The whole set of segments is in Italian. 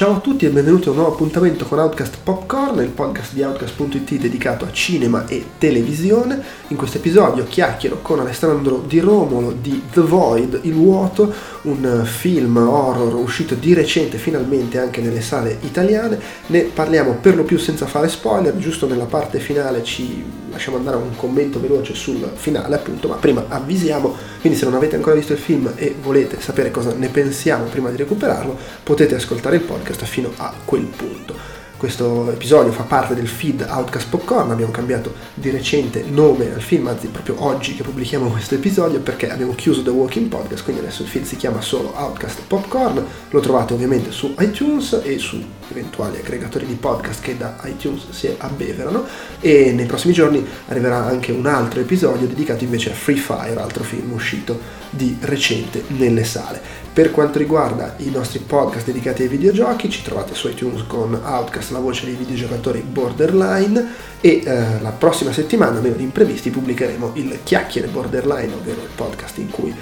Ciao a tutti e benvenuti a un nuovo appuntamento con Outcast Popcorn, il podcast di Outcast.it dedicato a cinema e televisione. In questo episodio chiacchiero con Alessandro Di Romolo di The Void, Il Vuoto, un film horror uscito di recente finalmente anche nelle sale italiane. Ne parliamo per lo più senza fare spoiler, giusto nella parte finale ci lasciamo andare un commento veloce sul finale appunto, ma prima avvisiamo, quindi se non avete ancora visto il film e volete sapere cosa ne pensiamo prima di recuperarlo, potete ascoltare il podcast fino a quel punto. Questo episodio fa parte del feed Outcast Popcorn, abbiamo cambiato di recente nome al film, anzi proprio oggi che pubblichiamo questo episodio, perché abbiamo chiuso The Walking Podcast, quindi adesso il feed si chiama solo Outcast Popcorn. Lo trovate ovviamente su iTunes e su eventuali aggregatori di podcast che da iTunes si abbeverano, e nei prossimi giorni arriverà anche un altro episodio dedicato invece a Free Fire, altro film uscito di recente nelle sale. Per quanto riguarda i nostri podcast dedicati ai videogiochi, ci trovate su iTunes con Outcast, la voce dei videogiocatori Borderline, e la prossima settimana, meno di imprevisti, pubblicheremo il Chiacchiere Borderline, ovvero il podcast in cui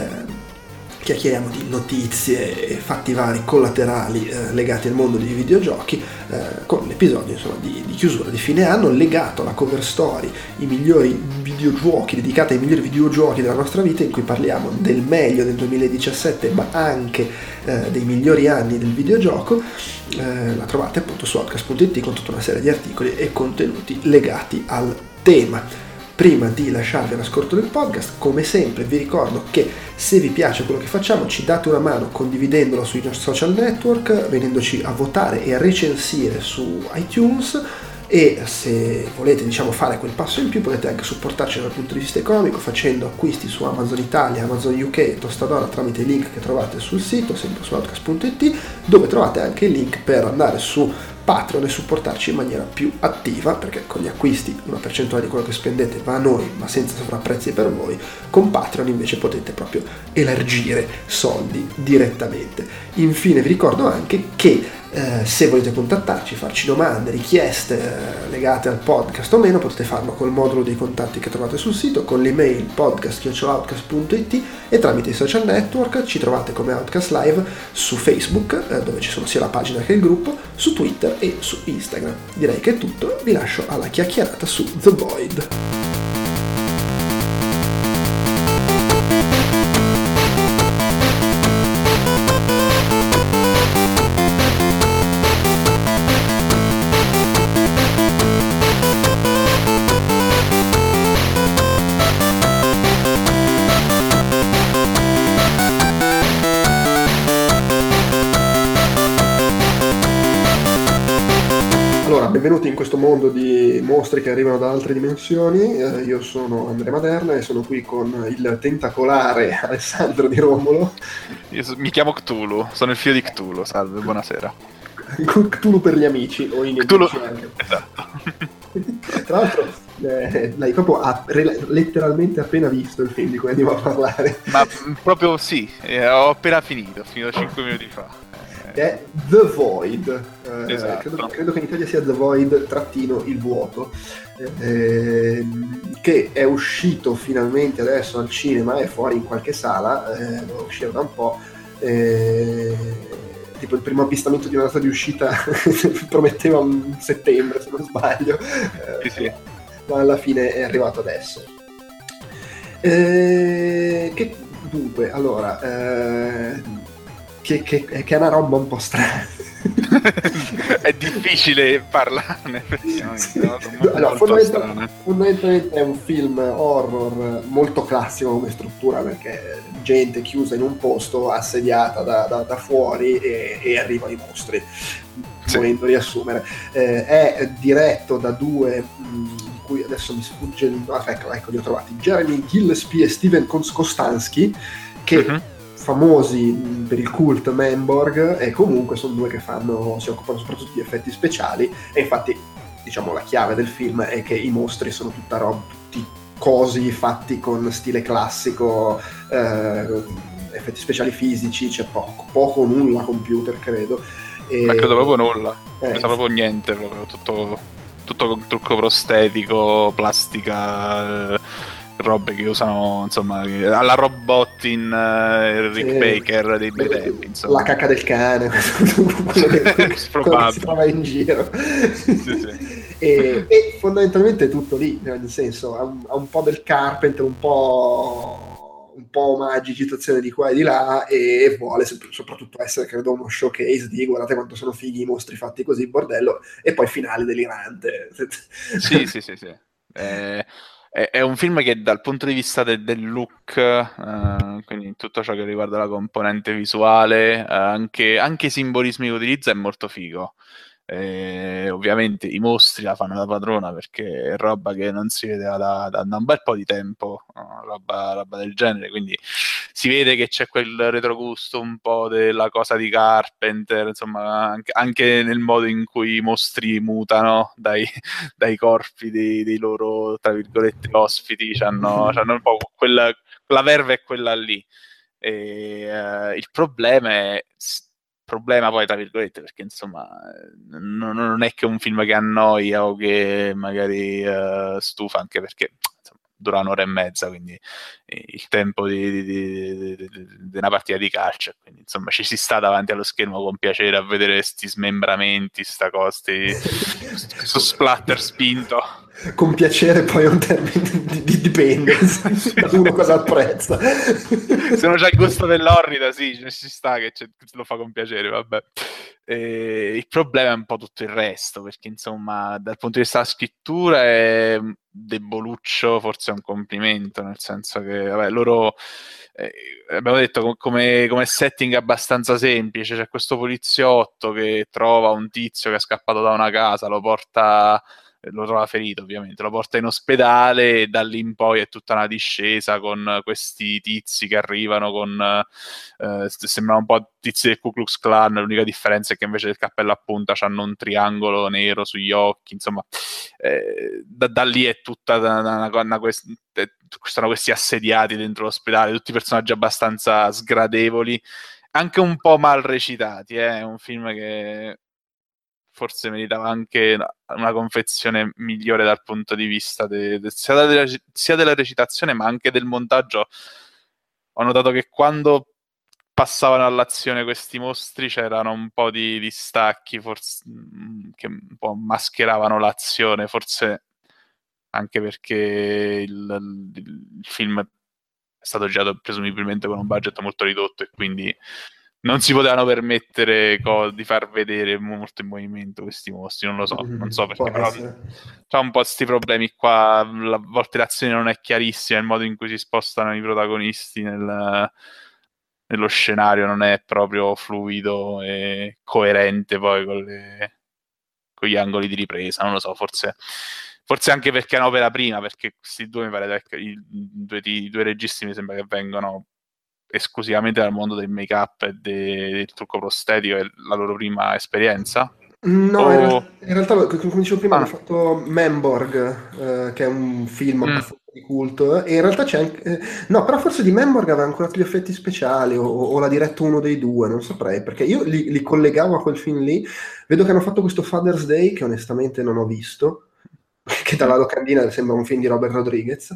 chiacchieriamo di notizie e fatti vari collaterali legati al mondo dei videogiochi, con l'episodio insomma di chiusura di fine anno legato alla cover story, i migliori videogiochi, dedicati ai migliori videogiochi della nostra vita, in cui parliamo del meglio del 2017 ma anche dei migliori anni del videogioco. La trovate appunto su outcast.it con tutta una serie di articoli e contenuti legati al tema. Prima di lasciarvi all'ascolto del podcast, come sempre vi ricordo che se vi piace quello che facciamo ci date una mano condividendolo sui nostri social network, venendoci a votare e a recensire su iTunes, e se volete fare quel passo in più potete anche supportarci dal punto di vista economico facendo acquisti su Amazon Italia, Amazon UK e Tostadora tramite i link che trovate sul sito, sempre su outcast.it, dove trovate anche il link per andare su Patreon e supportarci in maniera più attiva, perché con gli acquisti una percentuale di quello che spendete va a noi ma senza sovrapprezzi per voi. Con Patreon invece potete proprio elargire soldi direttamente. Infine vi ricordo anche che se volete contattarci, farci domande, richieste legate al podcast o meno, potete farlo col modulo dei contatti che trovate sul sito, con l'email podcast@outcast.it, e tramite i social network ci trovate come Outcast Live su Facebook, dove ci sono sia la pagina che il gruppo, su Twitter e su Instagram. Direi che è tutto, vi lascio alla chiacchierata su The Void. Benvenuti in questo mondo di mostri che arrivano da altre dimensioni. Io sono Andrea Maderna e sono qui con il tentacolare Alessandro Di Romolo. Mi chiamo Cthulhu, sono il figlio di Cthulhu, salve, buonasera. Cthulhu per gli amici o i nemici anche. Esatto. Tra l'altro l'hai proprio letteralmente appena visto il film di cui andiamo a parlare. Ma proprio sì, ho appena finito 5 minuti fa. È The Void, esatto. credo che in Italia sia The Void - Il Vuoto, che è uscito finalmente adesso al cinema, è fuori in qualche sala, doveva uscire da un po', tipo il primo avvistamento di una data di uscita prometteva un settembre se non sbaglio, sì. Ma alla fine è arrivato adesso. Dunque, allora... Che è una roba un po' strana. È difficile parlarne, sì. Allora, fondamentalmente è un film horror molto classico come struttura, perché gente chiusa in un posto assediata da fuori e arrivano i mostri, volendo riassumere. È diretto da due di cui adesso mi sfugge il nome, ecco li ho trovati, Jeremy Gillespie e Steven Kostanski, che famosi per il cult Manborg, e comunque sono due che si occupano soprattutto di effetti speciali, e infatti la chiave del film è che i mostri sono tutti cosi fatti con stile classico, effetti speciali fisici, c'è poco nulla computer credo, ma credo proprio nulla, non sa proprio niente, proprio tutto con trucco prostetico, plastica, robe che usano, insomma, alla robot in Rick Sì, Baker dei bei tempi, la insomma. cacca del cane, quello che si Probabile. trova in giro. Sì, sì. E fondamentalmente è tutto lì, nel senso, ha un po' del Carpenter, un po' omaggi, citazioni di qua e di là, e vuole soprattutto essere, credo, uno showcase di guardate quanto sono fighi i mostri fatti così, bordello, e poi finale delirante. Sì, sì, sì, sì. È un film che dal punto di vista del look, quindi tutto ciò che riguarda la componente visuale, anche i simbolismi che utilizza è molto figo. Ovviamente i mostri la fanno da padrona perché è roba che non si vedeva da un bel po' di tempo, roba del genere, quindi si vede che c'è quel retrogusto un po' della cosa di Carpenter, insomma, anche nel modo in cui i mostri mutano dai corpi dei loro, tra virgolette, ospiti, c'hanno un po' quella verve è quella lì. Il problema è problema poi tra virgolette perché insomma non è che è un film che annoia o che magari stufa, anche perché insomma, dura un'ora e mezza, quindi il tempo di una partita di calcio, quindi insomma ci si sta davanti allo schermo con piacere a vedere sti smembramenti, sta cosa, questo splatter spinto. Con piacere poi è un termine, dipende Sì, da sì, uno cosa sì. apprezza. Se uno c'ha il gusto dell'orrida, sì, ci sta che lo fa con piacere, vabbè. Il problema è un po' tutto il resto, perché insomma, dal punto di vista della scrittura è deboluccio, forse è un complimento, nel senso che, vabbè, loro, eh, abbiamo detto, come setting abbastanza semplice, c'è questo poliziotto che trova un tizio che è scappato da una casa, lo trova ferito ovviamente, lo porta in ospedale e da lì in poi è tutta una discesa con questi tizi che arrivano con, sembrano un po' tizi del Ku Klux Klan, l'unica differenza è che invece del cappello a punta hanno un triangolo nero sugli occhi, insomma, da lì è tutta stanno questi assediati dentro l'ospedale, tutti personaggi abbastanza sgradevoli, anche un po' mal recitati, è un film che forse meritava anche una confezione migliore dal punto di vista sia della recitazione ma anche del montaggio. Ho notato che quando passavano all'azione questi mostri c'erano un po' di stacchi forse, che un po' mascheravano l'azione, forse anche perché il film è stato girato presumibilmente con un budget molto ridotto e quindi non si potevano permettere di far vedere molto in movimento questi mostri, non so Può perché, però essere. c'ha un po' questi problemi qua, a volte l'azione non è chiarissima, il modo in cui si spostano i protagonisti nello scenario non è proprio fluido e coerente poi con gli angoli di ripresa, non lo so, forse anche perché è un'opera prima, perché questi due mi pare che i due registi mi sembra che vengono esclusivamente dal mondo del make-up e del trucco prostetico, è la loro prima esperienza? No, O... in realtà, come dicevo prima, hanno Ah, fatto Memborg, che è un film mm, abbastanza di culto, e in realtà c'è anche... no, però forse di Memborg aveva ancora più effetti speciali, o l'ha diretto uno dei due, non saprei, perché io li collegavo a quel film lì. Vedo che hanno fatto questo Father's Day, che onestamente non ho visto, che dalla mm. locandina sembra un film di Robert Rodriguez.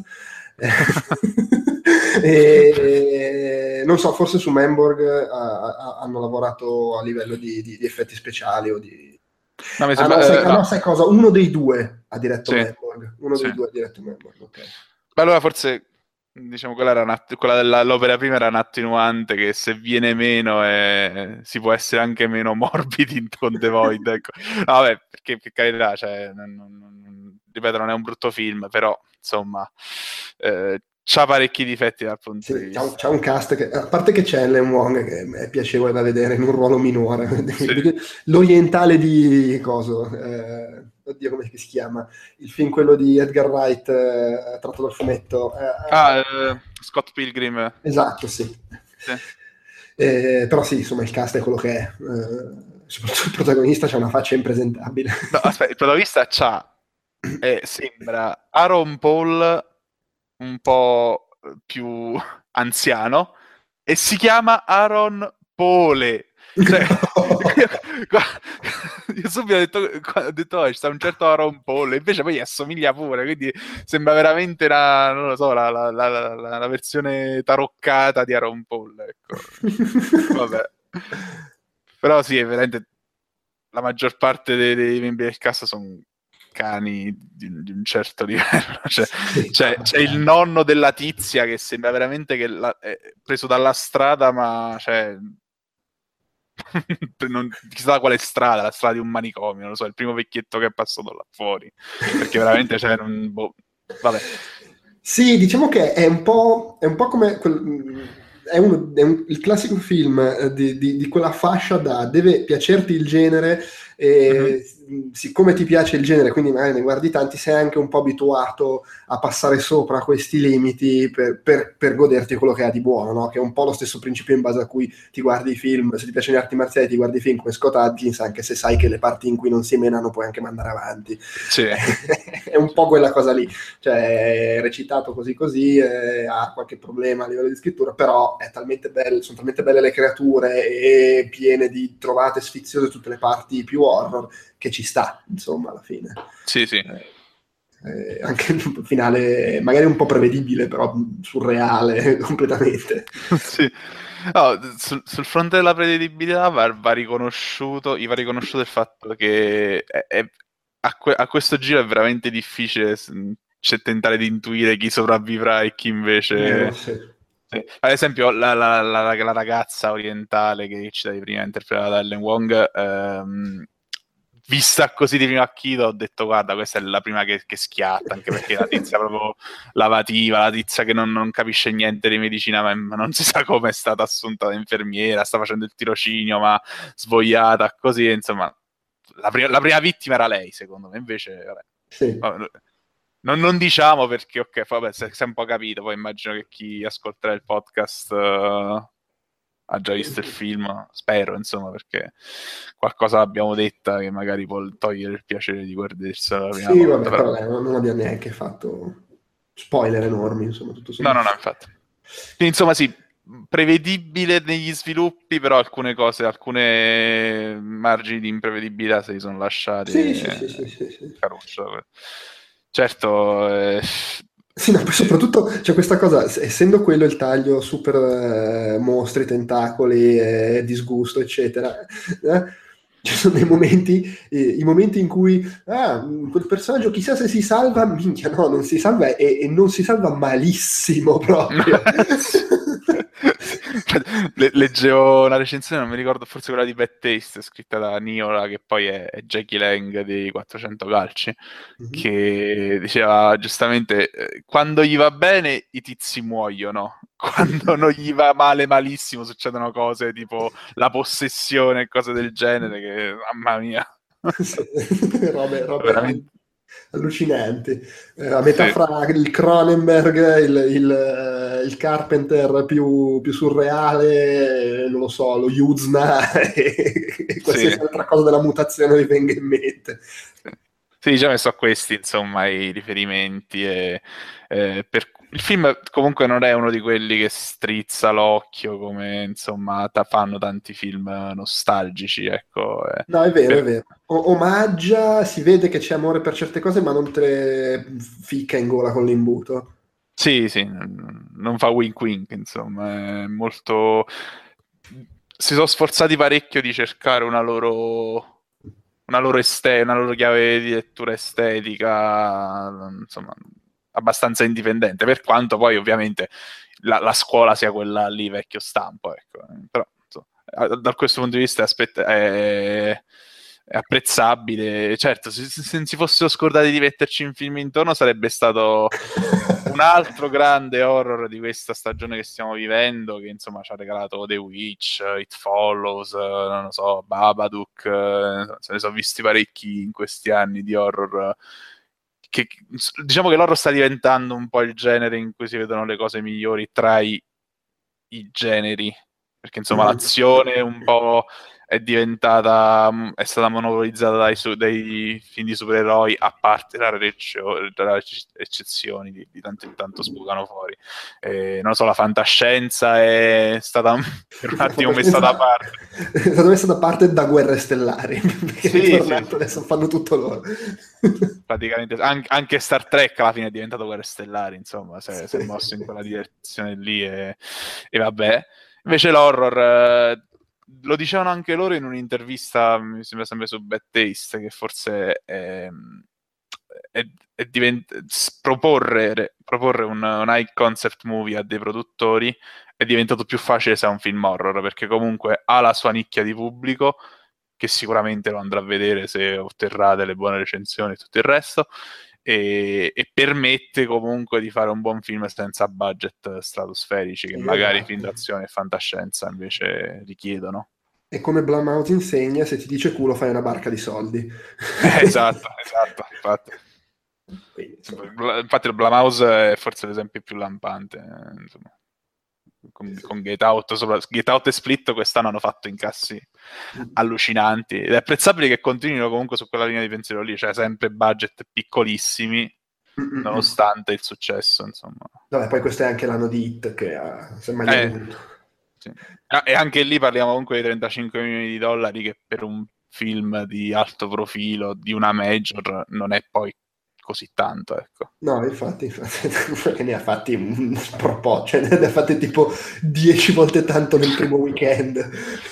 E, non so, forse su Memborg hanno lavorato a livello di effetti speciali o di... No, mi Ah sembra... no, no, sai cosa? Uno dei due ha diretto sì, Memborg. Uno sì. dei due ha diretto Memborg, ok. Beh, allora forse, diciamo, quella dell'opera prima era un attenuante che se viene meno si può essere anche meno morbidi con The Void, ecco. No, vabbè, perché per carità, cioè, ripeto, non è un brutto film, però, insomma, c'ha parecchi difetti dal punto di Sì, vista. c'ha un cast che, a parte che c'è Ellen Wong che è piacevole da vedere in un ruolo minore, Sì. l'orientale di coso, oddio come si chiama, il film quello di Edgar Wright tratto dal fumetto, Ah, Scott Pilgrim. esatto, sì. Sì. Però sì, insomma il cast è quello che è, soprattutto il protagonista c'ha una faccia impresentabile. No, aspetta, il protagonista sembra Aaron Paul un po' più anziano e si chiama Aaron Pole. Cioè, No. io subito ho detto "Oh, ci sta un certo Aaron Paul", invece poi gli assomiglia pure, quindi sembra veramente non lo so, la versione taroccata di Aaron Paul, ecco. Vabbè. Però sì, è veramente la maggior parte dei membri del cast sono cani di un certo livello. Cioè, Sì, c'è il nonno della tizia che sembra veramente che è preso dalla strada, ma cioè, chissà quale strada, la strada di un manicomio, non lo so, il primo vecchietto che è passato là fuori, perché veramente c'è vabbè. Sì, diciamo che è un po' come il classico film di quella fascia da deve piacerti il genere Mhm. e siccome ti piace il genere, quindi magari ne guardi tanti, sei anche un po' abituato a passare sopra questi limiti per goderti quello che ha di buono, no? Che è un po' lo stesso principio in base a cui ti guardi i film, se ti piacciono le arti marziali ti guardi i film come Scott Adkins, anche se sai che le parti in cui non si menano puoi anche mandare avanti. Sì, È un po' quella cosa lì, cioè è recitato così così, ha qualche problema a livello di scrittura, però è talmente bello, sono talmente belle le creature e piene di trovate sfiziose tutte le parti più horror che ci sta, insomma, alla fine. sì, sì. Anche il finale magari un po' prevedibile, però surreale completamente. Sì. No, sul fronte della prevedibilità gli va riconosciuto il fatto che a questo giro è veramente difficile tentare di intuire chi sopravvivrà e chi invece. Sì. Sì. Ad esempio, la ragazza orientale che citavi prima, interpretata da Ellen Wong, vista così di primo acchito, ho detto, guarda, questa è la prima che schiatta, anche perché la tizia proprio lavativa, la tizia che non capisce niente di medicina, ma non si sa come è stata assunta da infermiera, sta facendo il tirocinio, ma svogliata, così, insomma, la prima vittima era lei, secondo me, invece, Sì. vabbè, non diciamo perché, ok, vabbè, si è un po' capito, poi immagino che chi ascolterà il podcast ha già visto il film, spero, insomma, perché qualcosa l'abbiamo detta che magari può togliere il piacere di guardarsela la prima Sì, volta, vabbè, però. però non abbiamo neanche fatto spoiler enormi, insomma, tutto No, no, no, sommato. infatti. Quindi, insomma, sì, prevedibile negli sviluppi, però alcune cose, alcune margini di imprevedibilità se li sono lasciati Sì, sì, sì, sì, sì, sì. Caruccio. Certo, Sì, no, poi soprattutto c'è questa cosa, essendo quello il taglio super mostri, tentacoli, disgusto, eccetera, ci sono dei momenti, i momenti in cui quel personaggio chissà se si salva, minchia, no, non si salva e non si salva malissimo proprio. Leggevo una recensione, non mi ricordo, forse quella di Bad Taste, scritta da Niola, che poi è Jackie Lang dei 400 calci, Mhm. che diceva giustamente, quando gli va bene i tizi muoiono, quando non gli va male malissimo succedono cose tipo la possessione e cose del genere, che mamma mia. Sì, robe Veramente. allucinanti. A metà Sì, fra il Cronenberg, il Carpenter più surreale, non lo so, lo Yuzna e sì. qualsiasi altra cosa della mutazione vi venga in mente. Sì, diciamo che so questi, insomma, i riferimenti. Il film comunque non è uno di quelli che strizza l'occhio come, insomma, fanno tanti film nostalgici, ecco. No, è vero, è Per- vero. Omaggia, si vede che c'è amore per certe cose, ma non te le ficca in gola con l'imbuto. Sì, sì, non fa wink wink, insomma, è molto. Si sono sforzati parecchio di cercare una loro chiave di lettura estetica, insomma, abbastanza indipendente, per quanto poi ovviamente la scuola sia quella lì vecchio stampo, ecco. Però insomma, da questo punto di vista è apprezzabile. Certo, se non si fossero scordati di metterci un film intorno sarebbe stato un altro grande horror di questa stagione che stiamo vivendo, che insomma ci ha regalato The Witch, It Follows, non lo so, Babadook, se ne sono visti parecchi in questi anni di horror. Diciamo che l'horror sta diventando un po' il genere in cui si vedono le cose migliori tra i generi, perché insomma Mhm. l'azione un po' è stata monopolizzata dai film di supereroi, a parte rare eccezioni di tanto in tanto sbucano fuori. Non lo so, la fantascienza è stata per un La attimo messa da fantascienza parte. è stata messa da parte da Guerre Stellari, perché è Sì, sì, ritornato, sì. adesso fanno tutto loro. Praticamente anche Star Trek alla fine è diventato Guerre Stellari, insomma, si è Sì. mosso in quella direzione lì e vabbè. Invece l'horror, lo dicevano anche loro in un'intervista, mi sembra sempre su Bad Taste, che forse proporre un high concept movie a dei produttori è diventato più facile se è un film horror, perché comunque ha la sua nicchia di pubblico, che sicuramente lo andrà a vedere se otterrà delle buone recensioni e tutto il resto, e permette comunque di fare un buon film senza budget stratosferici, che magari film Esatto. d'azione e fantascienza invece richiedono. E come Blumhouse insegna, se ti dice culo fai una barca di soldi. Esatto, esatto, infatti. Quindi, insomma. Infatti il Blumhouse è forse l'esempio più lampante, insomma. Sì, sì. Con Get Out, Get Out e Split quest'anno hanno fatto incassi allucinanti, ed è apprezzabile che continuino comunque su quella linea di pensiero lì, cioè sempre budget piccolissimi Mm. nonostante il successo, insomma. Vabbè, poi questo è anche l'anno di Hit che si è Eh, mangiato tutto. sì. E anche lì parliamo comunque di 35 milioni di dollari, che per un film di alto profilo, di una major, non è poi così tanto, ecco. No, infatti, perché ne ha fatti un po', cioè ne ha fatti tipo 10 volte tanto nel primo weekend.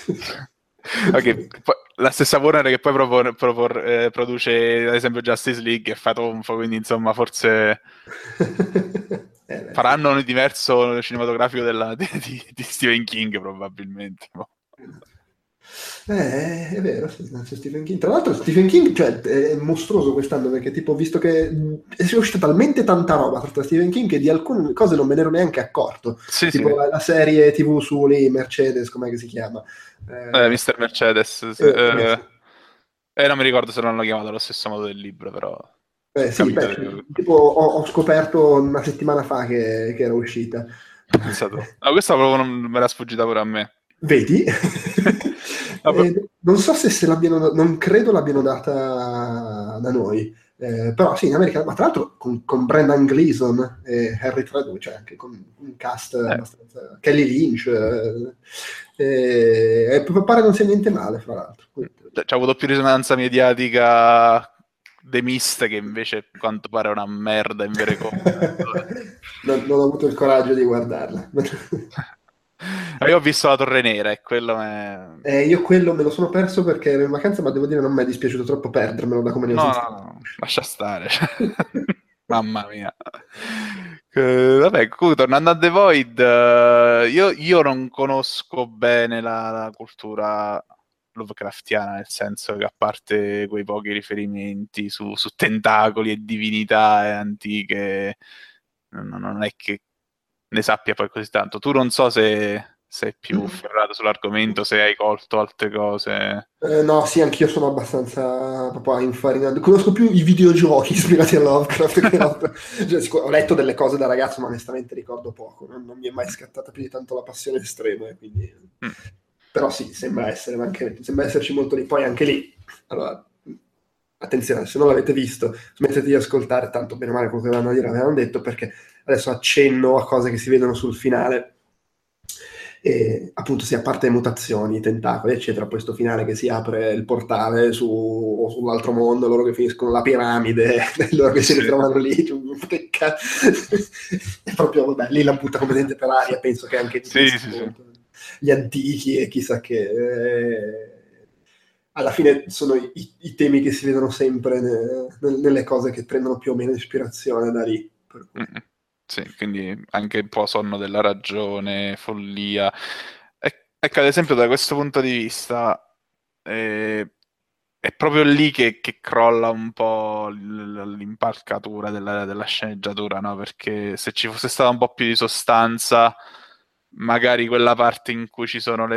Ok, la stessa Warner che poi produce ad esempio Justice League e fa Tonfo, quindi insomma forse Beh, sì. faranno un diverso cinematografico di Stephen King probabilmente. Boh. È vero, sì, c'è Stephen King. Tra l'altro Stephen King, cioè, è mostruoso quest'anno perché tipo ho visto che è uscita talmente tanta roba tra Stephen King che di alcune cose non me ne ero neanche accorto. Sì, sì, Tipo la serie TV su lì, Mercedes, com'è che si chiama? Mr. Mercedes, sì. Sì. Non mi ricordo se l'hanno chiamato allo stesso modo del libro, però è Sì, beh, capitato di... tipo ho scoperto una settimana fa che era uscita. Pensato. No, questa proprio non me l'ha sfuggita pure a me. Vedi? No, Non so se l'abbiano, non credo l'abbiano data da noi, però sì, in America, ma tra l'altro con Brendan Gleeson e Harry Treadwell, cioè anche con un cast eh, abbastanza... Kelly Lynch, pare non sia niente male, fra l'altro. c'ha avuto più risonanza mediatica The Mist, che invece a quanto pare è una merda in vere e cose. Non ho avuto il coraggio di guardarla. Io ho visto La Torre Nera e quello è... Io quello me lo sono perso perché ero in vacanza, ma devo dire non mi è dispiaciuto troppo perdermelo da come ne ho No, sentito. no, no, lascia stare. Mamma mia. Vabbè, comunque, tornando a The Void, io non conosco bene la cultura Lovecraftiana, nel senso che a parte quei pochi riferimenti su tentacoli e divinità antiche, non è che ne sappia poi così tanto. Tu non so se sei più ferrato sull'argomento, se hai colto altre cose. No, sì, anch'io sono abbastanza proprio infarinato. Conosco più i videogiochi ispirati a Lovecraft che Lovecraft. Cioè, ho letto delle cose da ragazzo, ma onestamente ricordo poco. Non mi è mai scattata più di tanto la passione estrema, quindi... Mm. Però sì, sembra esserci molto lì. Poi anche lì, allora, attenzione, se non l'avete visto, smettete di ascoltare, tanto bene o male quello che avevano a dire, avevano detto, perché adesso accenno a cose che si vedono sul finale. E appunto sì, a parte le mutazioni, i tentacoli, eccetera, poi sto finale che si apre il portale o sull'altro mondo, loro che finiscono la piramide, loro che si Sì. ritrovano lì, che cazzo. È proprio, vabbè, lì la butta completamente per aria, penso che anche di Sì, questo sì, sì. gli antichi e chissà che... alla fine sono i temi che si vedono sempre nelle cose che prendono più o meno ispirazione da lì. Per cui. Mm. Sì, quindi anche un po' sonno della ragione, follia. Ecco, ad esempio, da questo punto di vista, è proprio lì che crolla un po' l'impalcatura della sceneggiatura, no? Perché se ci fosse stata un po' più di sostanza, magari quella parte in cui ci sono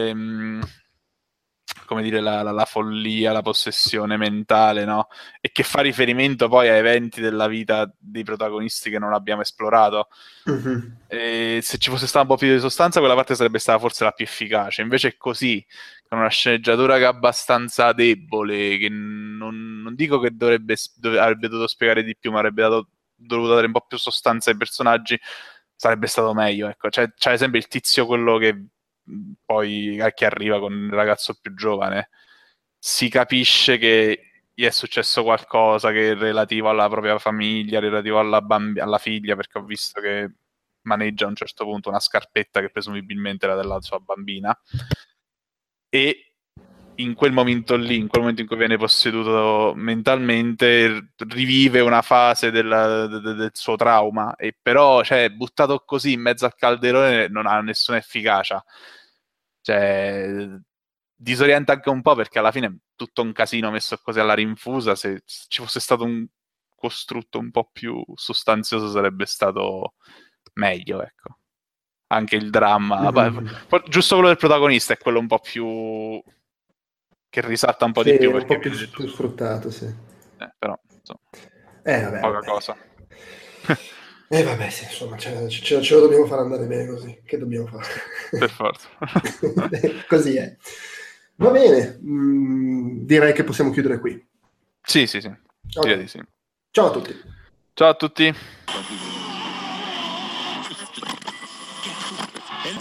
come dire, la follia, la possessione mentale, no? E che fa riferimento poi a eventi della vita dei protagonisti che non abbiamo esplorato. Mhm. E se ci fosse stata un po' più di sostanza, quella parte sarebbe stata forse la più efficace. Invece è così con una sceneggiatura che è abbastanza debole, che non dico che avrebbe dovuto spiegare di più, ma dovuto dare un po' più sostanza ai personaggi, sarebbe stato meglio, ecco. C'è sempre il tizio, quello che arriva con il ragazzo più giovane, si capisce che gli è successo qualcosa che è relativo alla propria famiglia, relativo alla figlia, perché ho visto che maneggia a un certo punto una scarpetta che presumibilmente era della sua bambina, e in quel momento lì, in quel momento in cui viene posseduto mentalmente, rivive una fase del suo trauma, e però, cioè, buttato così in mezzo al calderone non ha nessuna efficacia. Cioè, disorienta anche un po', perché alla fine è tutto un casino messo così alla rinfusa. Se ci fosse stato un costrutto un po' più sostanzioso sarebbe stato meglio, ecco. Anche il dramma, giusto quello del protagonista è quello un po' più che risalta un po' Sì, di più, è un perché po' più, viene detto più sfruttato, sì. però insomma, Vabbè, poca vabbè. cosa. Vabbè, sì, insomma, ce lo dobbiamo fare andare bene così. Che dobbiamo fare? Per forza. Così è. Va bene, direi che possiamo chiudere qui. Sì, direi di Ok. sì. Ciao a tutti. Ciao a tutti.